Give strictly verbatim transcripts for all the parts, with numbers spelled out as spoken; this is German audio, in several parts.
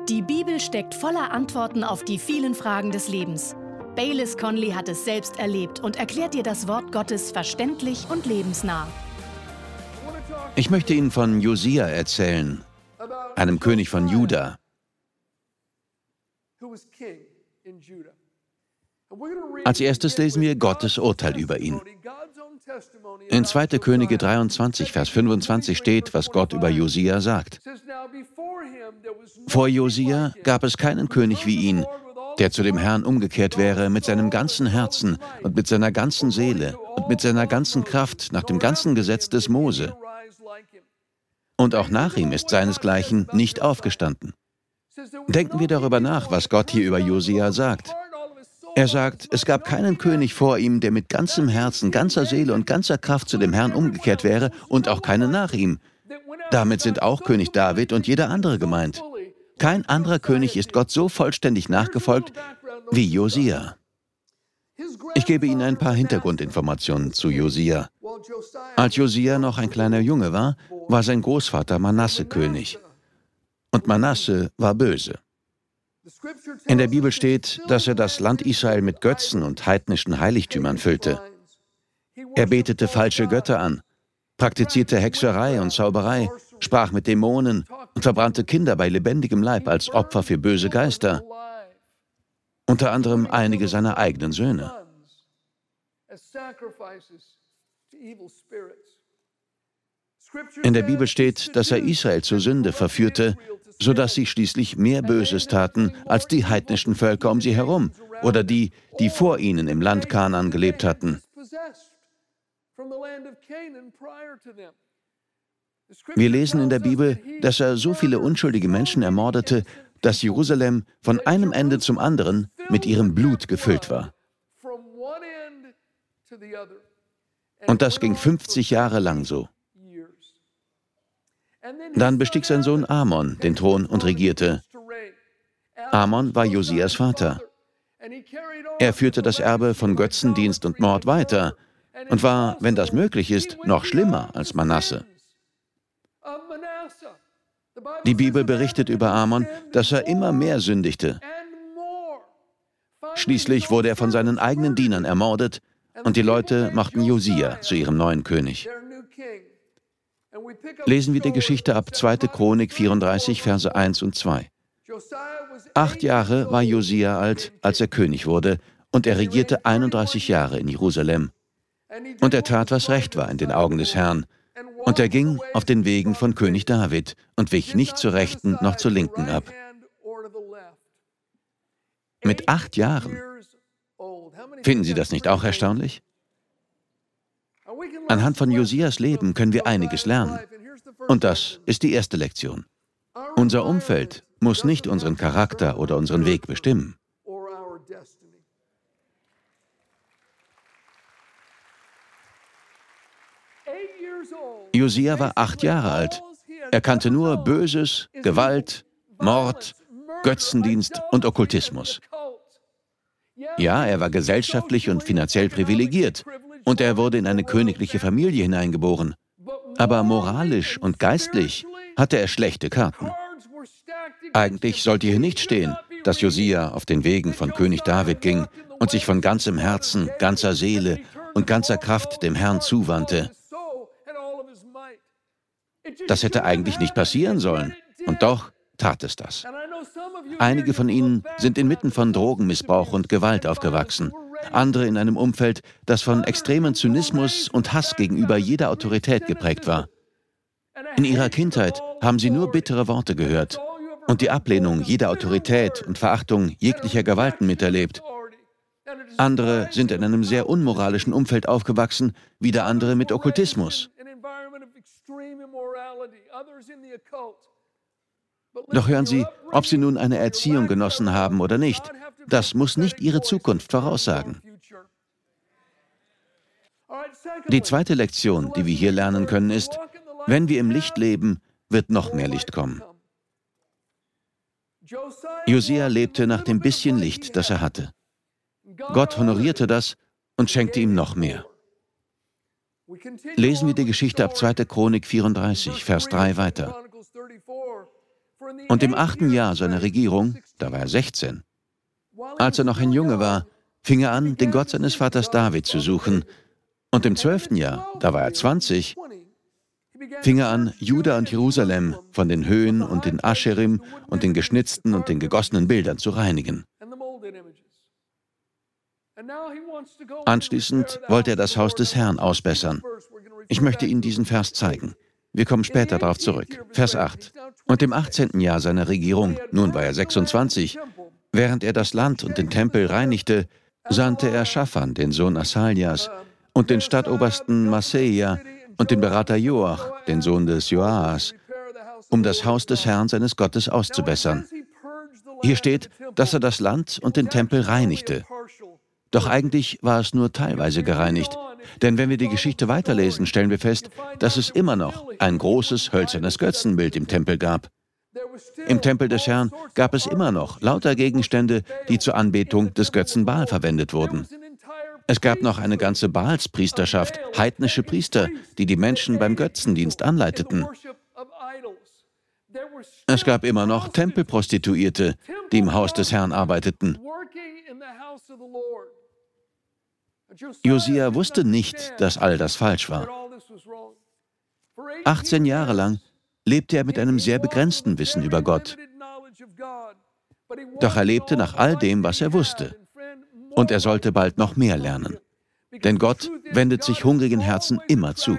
Die Bibel steckt voller Antworten auf die vielen Fragen des Lebens. Baylis Conley hat es selbst erlebt und erklärt dir das Wort Gottes verständlich und lebensnah. Ich möchte Ihnen von Josia erzählen, einem König von Juda. Als erstes lesen wir Gottes Urteil über ihn. In zweiter Könige dreiundzwanzig, Vers fünfundzwanzig steht, was Gott über Josia sagt. Vor Josia gab es keinen König wie ihn, der zu dem Herrn umgekehrt wäre mit seinem ganzen Herzen und mit seiner ganzen Seele und mit seiner ganzen Kraft nach dem ganzen Gesetz des Mose. Und auch nach ihm ist seinesgleichen nicht aufgestanden. Denken wir darüber nach, was Gott hier über Josia sagt. Er sagt, es gab keinen König vor ihm, der mit ganzem Herzen, ganzer Seele und ganzer Kraft zu dem Herrn umgekehrt wäre, und auch keinen nach ihm. Damit sind auch König David und jeder andere gemeint. Kein anderer König ist Gott so vollständig nachgefolgt wie Josia. Ich gebe Ihnen ein paar Hintergrundinformationen zu Josia. Als Josia noch ein kleiner Junge war, war sein Großvater Manasse König. Und Manasse war böse. In der Bibel steht, dass er das Land Israel mit Götzen und heidnischen Heiligtümern füllte. Er betete falsche Götter an, praktizierte Hexerei und Zauberei, sprach mit Dämonen und verbrannte Kinder bei lebendigem Leib als Opfer für böse Geister, unter anderem einige seiner eigenen Söhne. In der Bibel steht, dass er Israel zur Sünde verführte, sodass sie schließlich mehr Böses taten als die heidnischen Völker um sie herum oder die, die vor ihnen im Land Kanaan gelebt hatten. Wir lesen in der Bibel, dass er so viele unschuldige Menschen ermordete, dass Jerusalem von einem Ende zum anderen mit ihrem Blut gefüllt war. Und das ging fünfzig Jahre lang so. Dann bestieg sein Sohn Amon den Thron und regierte. Amon war Josias Vater. Er führte das Erbe von Götzendienst und Mord weiter und war, wenn das möglich ist, noch schlimmer als Manasse. Die Bibel berichtet über Amon, dass er immer mehr sündigte. Schließlich wurde er von seinen eigenen Dienern ermordet und die Leute machten Josia zu ihrem neuen König. Lesen wir die Geschichte ab zweiter Chronik vierunddreißig, Verse eins und zwei. Acht Jahre war Josia alt, als er König wurde, und er regierte einunddreißig Jahre in Jerusalem. Und er tat, was recht war in den Augen des Herrn. Und er ging auf den Wegen von König David und wich nicht zur Rechten noch zur Linken ab. Mit acht Jahren. Finden Sie das nicht auch erstaunlich? Anhand von Josias Leben können wir einiges lernen. Und das ist die erste Lektion. Unser Umfeld muss nicht unseren Charakter oder unseren Weg bestimmen. Josia war acht Jahre alt. Er kannte nur Böses, Gewalt, Mord, Götzendienst und Okkultismus. Ja, er war gesellschaftlich und finanziell privilegiert und er wurde in eine königliche Familie hineingeboren. Aber moralisch und geistlich hatte er schlechte Karten. Eigentlich sollte hier nicht stehen, dass Josia auf den Wegen von König David ging und sich von ganzem Herzen, ganzer Seele und ganzer Kraft dem Herrn zuwandte. Das hätte eigentlich nicht passieren sollen. Und doch tat es das. Einige von Ihnen sind inmitten von Drogenmissbrauch und Gewalt aufgewachsen. Andere in einem Umfeld, das von extremen Zynismus und Hass gegenüber jeder Autorität geprägt war. In ihrer Kindheit haben sie nur bittere Worte gehört und die Ablehnung jeder Autorität und Verachtung jeglicher Gewalten miterlebt. Andere sind in einem sehr unmoralischen Umfeld aufgewachsen, wieder andere mit Okkultismus. Doch hören Sie, ob Sie nun eine Erziehung genossen haben oder nicht, das muss nicht Ihre Zukunft voraussagen. Die zweite Lektion, die wir hier lernen können, ist, wenn wir im Licht leben, wird noch mehr Licht kommen. Josia lebte nach dem bisschen Licht, das er hatte. Gott honorierte das und schenkte ihm noch mehr. Lesen wir die Geschichte ab zweiter Chronik vierunddreißig, Vers drei weiter. Und im achten Jahr seiner Regierung, da war er sechzehn, als er noch ein Junge war, fing er an, den Gott seines Vaters David zu suchen. Und im zwölften Jahr, da war er zwanzig, fing er an, Juda und Jerusalem von den Höhen und den Ascherim und den geschnitzten und den gegossenen Bildern zu reinigen. Anschließend wollte er das Haus des Herrn ausbessern. Ich möchte Ihnen diesen Vers zeigen. Wir kommen später darauf zurück. Vers acht. Und im achtzehnten Jahr seiner Regierung, nun war er sechsundzwanzig, während er das Land und den Tempel reinigte, sandte er Schaffan, den Sohn Asaljas, und den Stadtobersten Maseia und den Berater Joach, den Sohn des Joas, um das Haus des Herrn seines Gottes auszubessern. Hier steht, dass er das Land und den Tempel reinigte. Doch eigentlich war es nur teilweise gereinigt. Denn wenn wir die Geschichte weiterlesen, stellen wir fest, dass es immer noch ein großes hölzernes Götzenbild im Tempel gab. Im Tempel des Herrn gab es immer noch lauter Gegenstände, die zur Anbetung des Götzen Baal verwendet wurden. Es gab noch eine ganze Baalspriesterschaft, heidnische Priester, die die Menschen beim Götzendienst anleiteten. Es gab immer noch Tempelprostituierte, die im Haus des Herrn arbeiteten. Josia wusste nicht, dass all das falsch war. achtzehn Jahre lang lebte er mit einem sehr begrenzten Wissen über Gott. Doch er lebte nach all dem, was er wusste. Und er sollte bald noch mehr lernen. Denn Gott wendet sich hungrigen Herzen immer zu.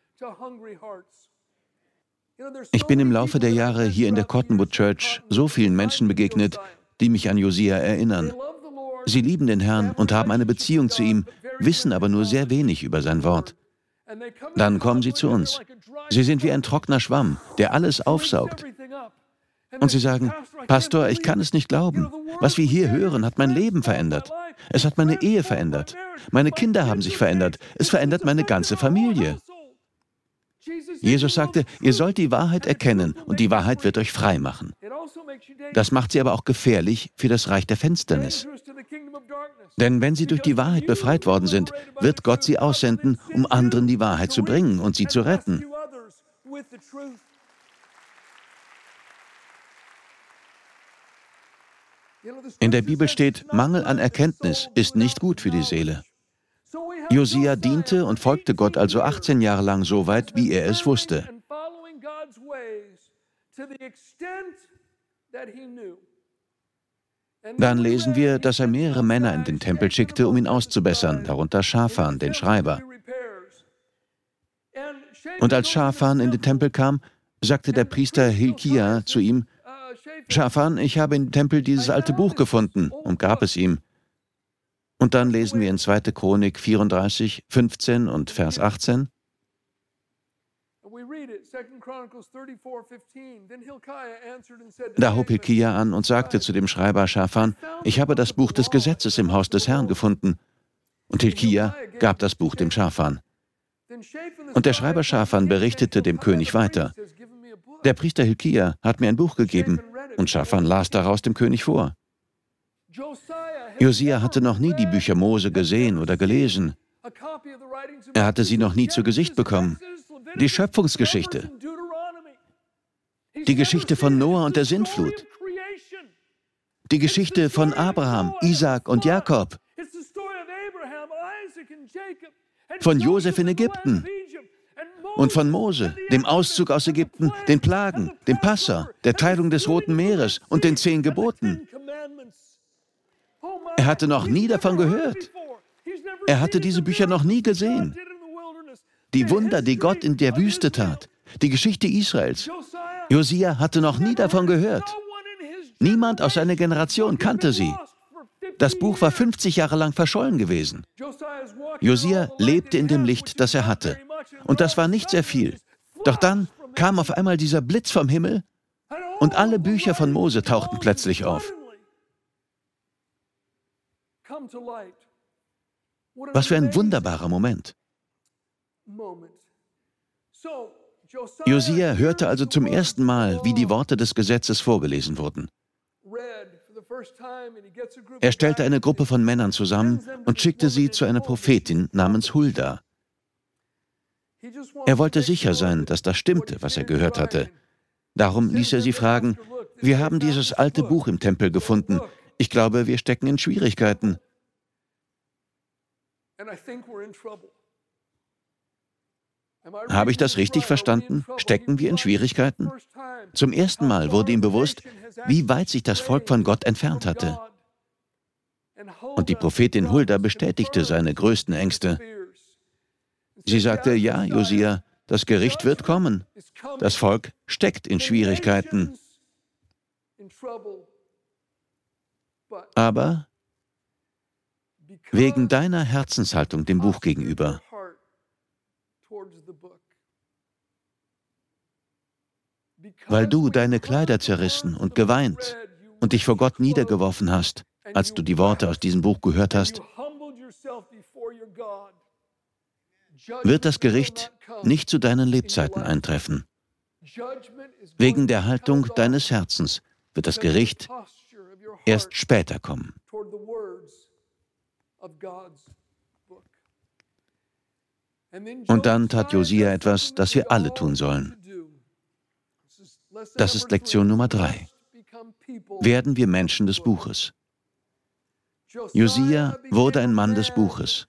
Ich bin im Laufe der Jahre hier in der Cottonwood Church so vielen Menschen begegnet, die mich an Josia erinnern. Sie lieben den Herrn und haben eine Beziehung zu ihm, wissen aber nur sehr wenig über sein Wort. Dann kommen sie zu uns. Sie sind wie ein trockener Schwamm, der alles aufsaugt. Und sie sagen, Pastor, ich kann es nicht glauben. Was wir hier hören, hat mein Leben verändert. Es hat meine Ehe verändert. Meine Kinder haben sich verändert. Es verändert meine ganze Familie. Jesus sagte, ihr sollt die Wahrheit erkennen und die Wahrheit wird euch frei machen. Das macht sie aber auch gefährlich für das Reich der Finsternis. Denn wenn sie durch die Wahrheit befreit worden sind, wird Gott sie aussenden, um anderen die Wahrheit zu bringen und sie zu retten. In der Bibel steht, Mangel an Erkenntnis ist nicht gut für die Seele. Josia diente und folgte Gott also achtzehn Jahre lang so weit, wie er es wusste. Dann lesen wir, dass er mehrere Männer in den Tempel schickte, um ihn auszubessern, darunter Schafan, den Schreiber. Und als Schafan in den Tempel kam, sagte der Priester Hilkia zu ihm, Schafan, ich habe im Tempel dieses alte Buch gefunden, und gab es ihm. Und dann lesen wir in zweiter Chronik vierunddreißig, fünfzehn und Vers achtzehn. Da hob Hilkia an und sagte zu dem Schreiber Schafan, ich habe das Buch des Gesetzes im Haus des Herrn gefunden. Und Hilkia gab das Buch dem Schafan. Und der Schreiber Schafan berichtete dem König weiter. Der Priester Hilkia hat mir ein Buch gegeben, und Schafan las daraus dem König vor. Josia hatte noch nie die Bücher Mose gesehen oder gelesen. Er hatte sie noch nie zu Gesicht bekommen. Die Schöpfungsgeschichte. Die Geschichte von Noah und der Sintflut. Die Geschichte von Abraham, Isaak und Jakob. Von Josef in Ägypten. Und von Mose, dem Auszug aus Ägypten, den Plagen, dem Passa, der Teilung des Roten Meeres und den zehn Geboten. Er hatte noch nie davon gehört. Er hatte diese Bücher noch nie gesehen. Die Wunder, die Gott in der Wüste tat, die Geschichte Israels. Josia hatte noch nie davon gehört. Niemand aus seiner Generation kannte sie. Das Buch war fünfzig Jahre lang verschollen gewesen. Josia lebte in dem Licht, das er hatte. Und das war nicht sehr viel. Doch dann kam auf einmal dieser Blitz vom Himmel und alle Bücher von Mose tauchten plötzlich auf. Was für ein wunderbarer Moment. Josia hörte also zum ersten Mal, wie die Worte des Gesetzes vorgelesen wurden. Er stellte eine Gruppe von Männern zusammen und schickte sie zu einer Prophetin namens Hulda. Er wollte sicher sein, dass das stimmte, was er gehört hatte. Darum ließ er sie fragen, Wir haben dieses alte Buch im Tempel gefunden. Ich glaube, wir stecken in Schwierigkeiten. Habe ich das richtig verstanden? Stecken wir in Schwierigkeiten? Zum ersten Mal wurde ihm bewusst, wie weit sich das Volk von Gott entfernt hatte. Und die Prophetin Hulda bestätigte seine größten Ängste. Sie sagte, ja, Josia, das Gericht wird kommen. Das Volk steckt in Schwierigkeiten. Aber wegen deiner Herzenshaltung dem Buch gegenüber, weil du deine Kleider zerrissen und geweint und dich vor Gott niedergeworfen hast, als du die Worte aus diesem Buch gehört hast, wird das Gericht nicht zu deinen Lebzeiten eintreffen. Wegen der Haltung deines Herzens wird das Gericht erst später kommen. Und dann tat Josia etwas, das wir alle tun sollen. Das ist Lektion Nummer drei. Werden wir Menschen des Buches. Josia wurde ein Mann des Buches.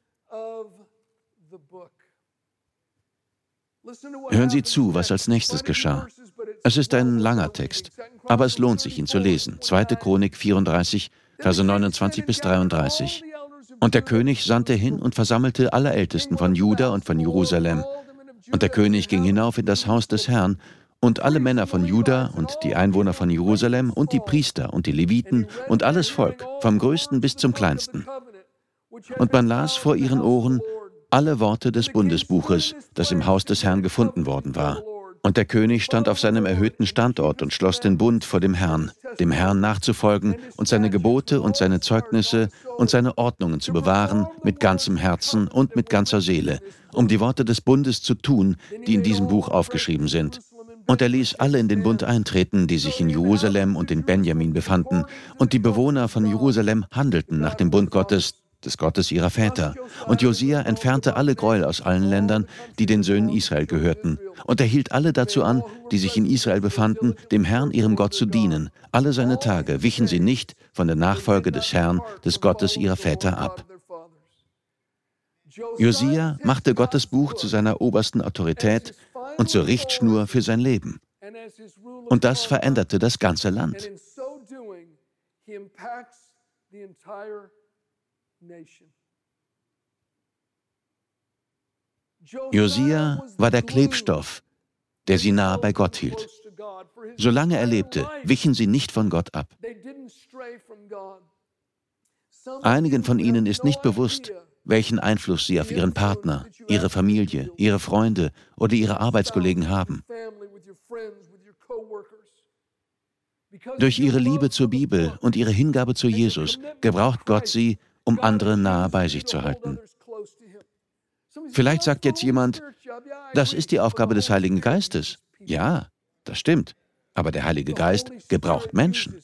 Hören Sie zu, was als nächstes geschah. Es ist ein langer Text, aber es lohnt sich, ihn zu lesen. zweite Chronik vierunddreißig, Verse neunundzwanzig bis dreiunddreißig. Und der König sandte hin und versammelte alle Ältesten von Juda und von Jerusalem. Und der König ging hinauf in das Haus des Herrn, und alle Männer von Juda und die Einwohner von Jerusalem und die Priester und die Leviten und alles Volk, vom Größten bis zum Kleinsten. Und man las vor ihren Ohren alle Worte des Bundesbuches, das im Haus des Herrn gefunden worden war. Und der König stand auf seinem erhöhten Standort und schloss den Bund vor dem Herrn, dem Herrn nachzufolgen und seine Gebote und seine Zeugnisse und seine Ordnungen zu bewahren mit ganzem Herzen und mit ganzer Seele, um die Worte des Bundes zu tun, die in diesem Buch aufgeschrieben sind. Und er ließ alle in den Bund eintreten, die sich in Jerusalem und in Benjamin befanden. Und die Bewohner von Jerusalem handelten nach dem Bund Gottes, des Gottes ihrer Väter. Und Josia entfernte alle Gräuel aus allen Ländern, die den Söhnen Israel gehörten. Und er hielt alle dazu an, die sich in Israel befanden, dem Herrn, ihrem Gott, zu dienen. Alle seine Tage wichen sie nicht von der Nachfolge des Herrn, des Gottes ihrer Väter ab. Josia machte Gottes Buch zu seiner obersten Autorität und zur Richtschnur für sein Leben. Und das veränderte das ganze Land. Josia war der Klebstoff, der sie nahe bei Gott hielt. Solange er lebte, wichen sie nicht von Gott ab. Einigen von ihnen ist nicht bewusst, welchen Einfluss sie auf ihren Partner, ihre Familie, ihre Freunde oder ihre Arbeitskollegen haben. Durch ihre Liebe zur Bibel und ihre Hingabe zu Jesus gebraucht Gott sie, um andere nahe bei sich zu halten. Vielleicht sagt jetzt jemand, das ist die Aufgabe des Heiligen Geistes. Ja, das stimmt. Aber der Heilige Geist gebraucht Menschen.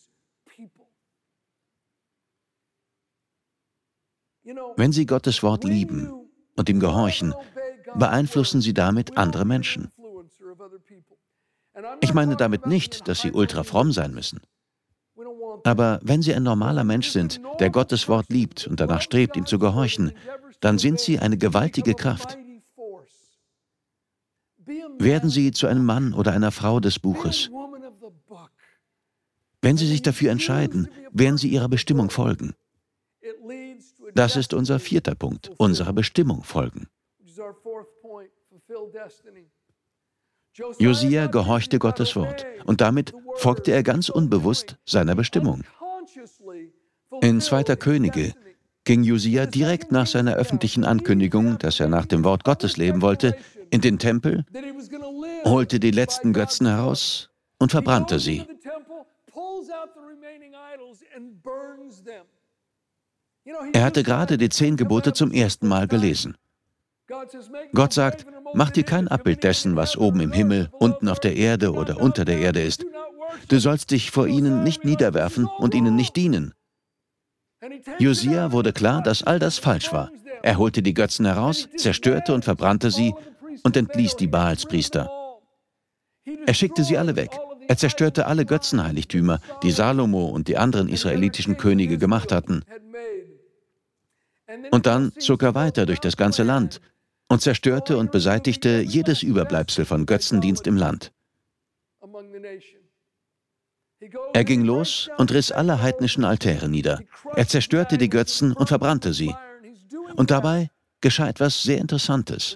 Wenn Sie Gottes Wort lieben und ihm gehorchen, beeinflussen Sie damit andere Menschen. Ich meine damit nicht, dass Sie ultra fromm sein müssen. Aber wenn Sie ein normaler Mensch sind, der Gottes Wort liebt und danach strebt, ihm zu gehorchen, dann sind Sie eine gewaltige Kraft. Werden Sie zu einem Mann oder einer Frau des Buches. Wenn Sie sich dafür entscheiden, werden Sie Ihrer Bestimmung folgen. Das ist unser vierter Punkt, unserer Bestimmung folgen. Josia gehorchte Gottes Wort und damit folgte er ganz unbewusst seiner Bestimmung. In zweiter Könige ging Josia direkt nach seiner öffentlichen Ankündigung, dass er nach dem Wort Gottes leben wollte, in den Tempel, holte die letzten Götzen heraus und verbrannte sie. Er hatte gerade die zehn Gebote zum ersten Mal gelesen. Gott sagt, mach dir kein Abbild dessen, was oben im Himmel, unten auf der Erde oder unter der Erde ist. Du sollst dich vor ihnen nicht niederwerfen und ihnen nicht dienen. Josia wurde klar, dass all das falsch war. Er holte die Götzen heraus, zerstörte und verbrannte sie und entließ die Baalspriester. Er schickte sie alle weg. Er zerstörte alle Götzenheiligtümer, die Salomo und die anderen israelitischen Könige gemacht hatten. Und dann zog er weiter durch das ganze Land und zerstörte und beseitigte jedes Überbleibsel von Götzendienst im Land. Er ging los und riss alle heidnischen Altäre nieder. Er zerstörte die Götzen und verbrannte sie. Und dabei geschah etwas sehr Interessantes.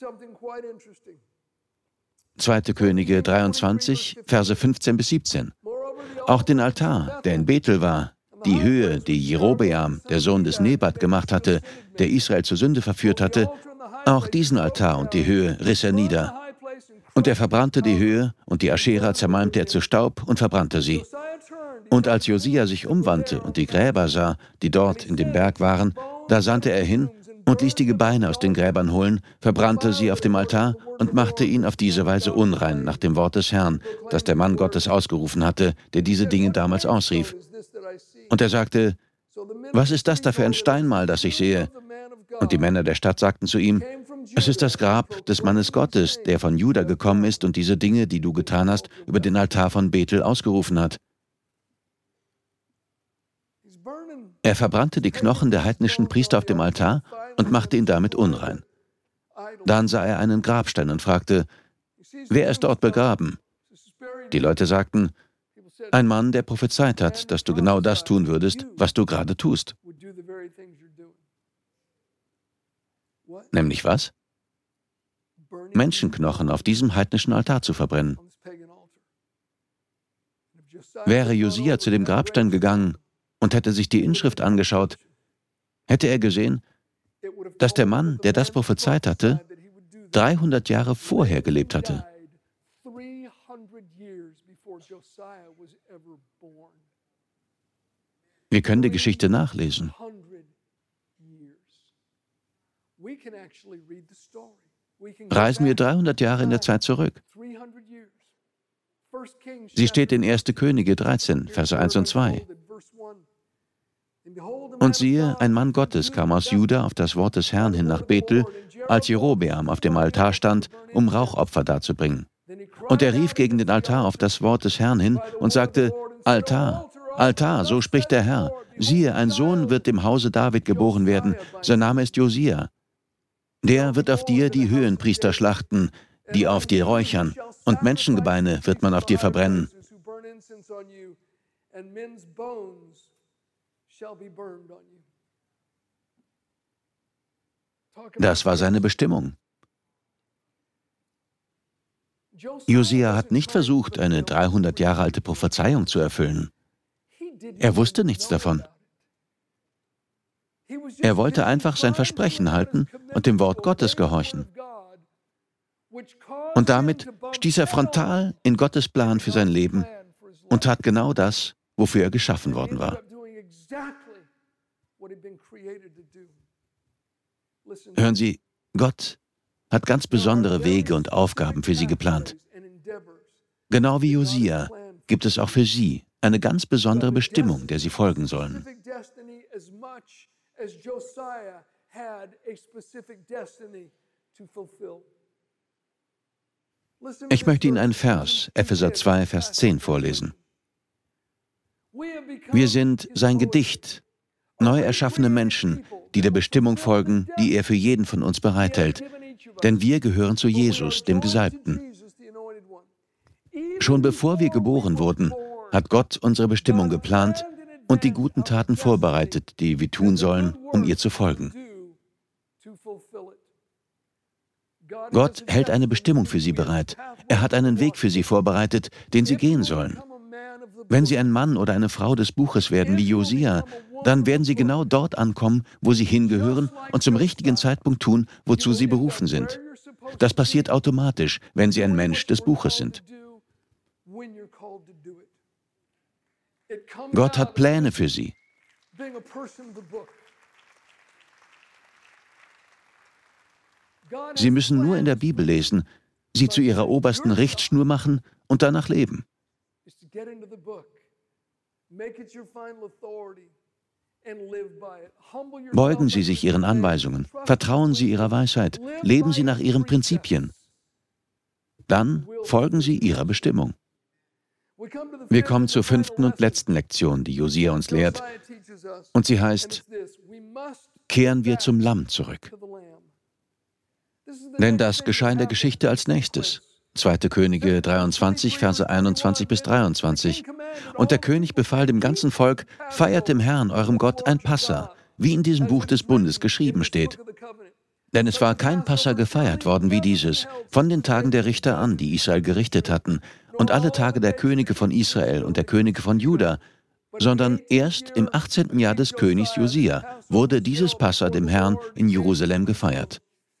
zweite Könige dreiundzwanzig, Verse fünfzehn bis siebzehn. Auch den Altar, der in Bethel war, die Höhe, die Jerobeam, der Sohn des Nebat, gemacht hatte, der Israel zur Sünde verführt hatte, auch diesen Altar und die Höhe riss er nieder. Und er verbrannte die Höhe, und die Aschera zermalmte er zu Staub und verbrannte sie. Und als Josia sich umwandte und die Gräber sah, die dort in dem Berg waren, da sandte er hin und ließ die Gebeine aus den Gräbern holen, verbrannte sie auf dem Altar und machte ihn auf diese Weise unrein nach dem Wort des Herrn, das der Mann Gottes ausgerufen hatte, der diese Dinge damals ausrief. Und er sagte: Was ist das da für ein Steinmal, das ich sehe? Und die Männer der Stadt sagten zu ihm: Es ist das Grab des Mannes Gottes, der von Juda gekommen ist und diese Dinge, die du getan hast, über den Altar von Bethel ausgerufen hat. Er verbrannte die Knochen der heidnischen Priester auf dem Altar und machte ihn damit unrein. Dann sah er einen Grabstein und fragte: Wer ist dort begraben? Die Leute sagten: Ein Mann, der prophezeit hat, dass du genau das tun würdest, was du gerade tust. Nämlich was? Menschenknochen auf diesem heidnischen Altar zu verbrennen. Wäre Josia zu dem Grabstein gegangen und hätte sich die Inschrift angeschaut, hätte er gesehen, dass der Mann, der das prophezeit hatte, dreihundert Jahre vorher gelebt hatte. Wir können die Geschichte nachlesen. Reisen wir dreihundert Jahre in der Zeit zurück. Sie steht in erste Könige dreizehn, Verse eins und zwei. Und siehe, ein Mann Gottes kam aus Juda auf das Wort des Herrn hin nach Bethel, als Jerobeam auf dem Altar stand, um Rauchopfer darzubringen. Und er rief gegen den Altar auf das Wort des Herrn hin und sagte: Altar, Altar, so spricht der Herr. Siehe, ein Sohn wird dem Hause David geboren werden, sein Name ist Josia. Der wird auf dir die Höhenpriester schlachten, die auf dir räuchern, und Menschengebeine wird man auf dir verbrennen. Das war seine Bestimmung. Josia hat nicht versucht, eine dreihundert Jahre alte Prophezeiung zu erfüllen. Er wusste nichts davon. Er wollte einfach sein Versprechen halten und dem Wort Gottes gehorchen. Und damit stieß er frontal in Gottes Plan für sein Leben und tat genau das, wofür er geschaffen worden war. Hören Sie, Gott hat ganz besondere Wege und Aufgaben für Sie geplant. Genau wie Josia gibt es auch für Sie eine ganz besondere Bestimmung, der Sie folgen sollen. Ich möchte Ihnen einen Vers, Epheser zwei, Vers zehn, vorlesen. Wir sind sein Gedicht, neu erschaffene Menschen, die der Bestimmung folgen, die er für jeden von uns bereithält. Denn wir gehören zu Jesus, dem Gesalbten. Schon bevor wir geboren wurden, hat Gott unsere Bestimmung geplant und die guten Taten vorbereitet, die wir tun sollen, um ihr zu folgen. Gott hält eine Bestimmung für Sie bereit. Er hat einen Weg für Sie vorbereitet, den Sie gehen sollen. Wenn Sie ein Mann oder eine Frau des Buches werden wie Josia, dann werden Sie genau dort ankommen, wo Sie hingehören und zum richtigen Zeitpunkt tun, wozu Sie berufen sind. Das passiert automatisch, wenn Sie ein Mensch des Buches sind. Gott hat Pläne für Sie. Sie müssen nur in der Bibel lesen, sie zu Ihrer obersten Richtschnur machen und danach leben. Beugen Sie sich Ihren Anweisungen, vertrauen Sie Ihrer Weisheit, leben Sie nach Ihren Prinzipien. Dann folgen Sie Ihrer Bestimmung. Wir kommen zur fünften und letzten Lektion, die Josia uns lehrt, und sie heißt, kehren wir zum Lamm zurück. Denn das geschah in der Geschichte als nächstes. zweite Könige dreiundzwanzig, Verse einundzwanzig bis dreiundzwanzig. Und der König befahl dem ganzen Volk, feiert dem Herrn, eurem Gott, ein Passa, wie in diesem Buch des Bundes geschrieben steht. Denn es war kein Passa gefeiert worden wie dieses, von den Tagen der Richter an, die Israel gerichtet hatten, und alle Tage der Könige von Israel und der Könige von Juda, sondern erst im achtzehnten Jahr des Königs Josia wurde dieses Passa dem Herrn in Jerusalem gefeiert.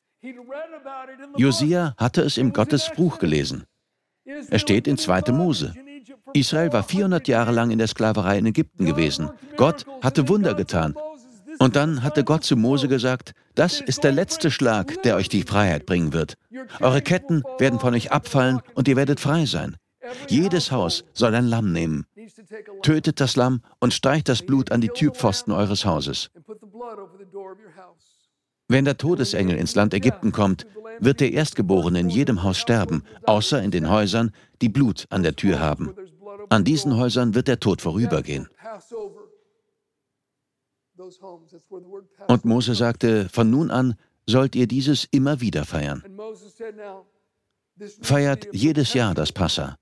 Josia hatte es im Gottesbuch gelesen. Es steht in zweite Mose. Israel war vierhundert Jahre lang in der Sklaverei in Ägypten gewesen. Gott hatte Wunder getan. Und dann hatte Gott zu Mose gesagt, das ist der letzte Schlag, der euch die Freiheit bringen wird. Eure Ketten werden von euch abfallen und ihr werdet frei sein. Jedes Haus soll ein Lamm nehmen. Tötet das Lamm und streicht das Blut an die Türpfosten eures Hauses. Wenn der Todesengel ins Land Ägypten kommt, wird der Erstgeborene in jedem Haus sterben, außer in den Häusern, die Blut an der Tür haben. An diesen Häusern wird der Tod vorübergehen. Und Mose sagte, von nun an sollt ihr dieses immer wieder feiern. Feiert jedes Jahr das Passa.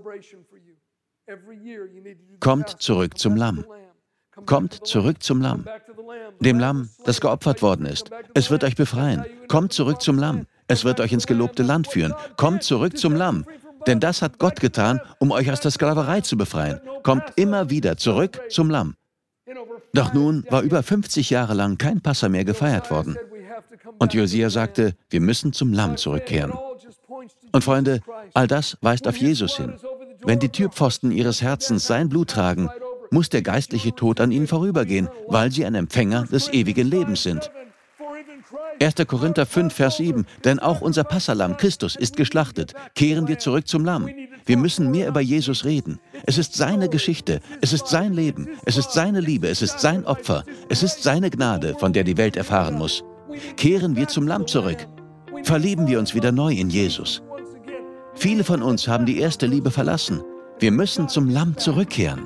Kommt zurück zum Lamm. Kommt zurück zum Lamm. Dem Lamm, das geopfert worden ist. Es wird euch befreien. Kommt zurück zum Lamm. Es wird euch ins gelobte Land führen. Kommt zurück zum Lamm. Denn das hat Gott getan, um euch aus der Sklaverei zu befreien. Kommt immer wieder zurück zum Lamm. Doch nun war über fünfzig Jahre lang kein Passa mehr gefeiert worden. Und Josia sagte, wir müssen zum Lamm zurückkehren. Und Freunde, all das weist auf Jesus hin. Wenn die Türpfosten ihres Herzens sein Blut tragen, muss der geistliche Tod an ihnen vorübergehen, weil sie ein Empfänger des ewigen Lebens sind. erster Korinther fünf, Vers sieben, denn auch unser Passalamm Christus ist geschlachtet. Kehren wir zurück zum Lamm. Wir müssen mehr über Jesus reden. Es ist seine Geschichte, es ist sein Leben, es ist seine Liebe, es ist sein Opfer, es ist seine Gnade, von der die Welt erfahren muss. Kehren wir zum Lamm zurück. Verlieben wir uns wieder neu in Jesus. Viele von uns haben die erste Liebe verlassen. Wir müssen zum Lamm zurückkehren.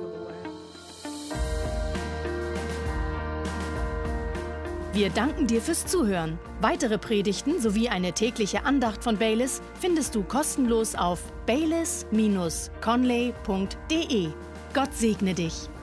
Wir danken dir fürs Zuhören. Weitere Predigten sowie eine tägliche Andacht von Baylis findest du kostenlos auf baylis Bindestrich conley Punkt de. Gott segne dich.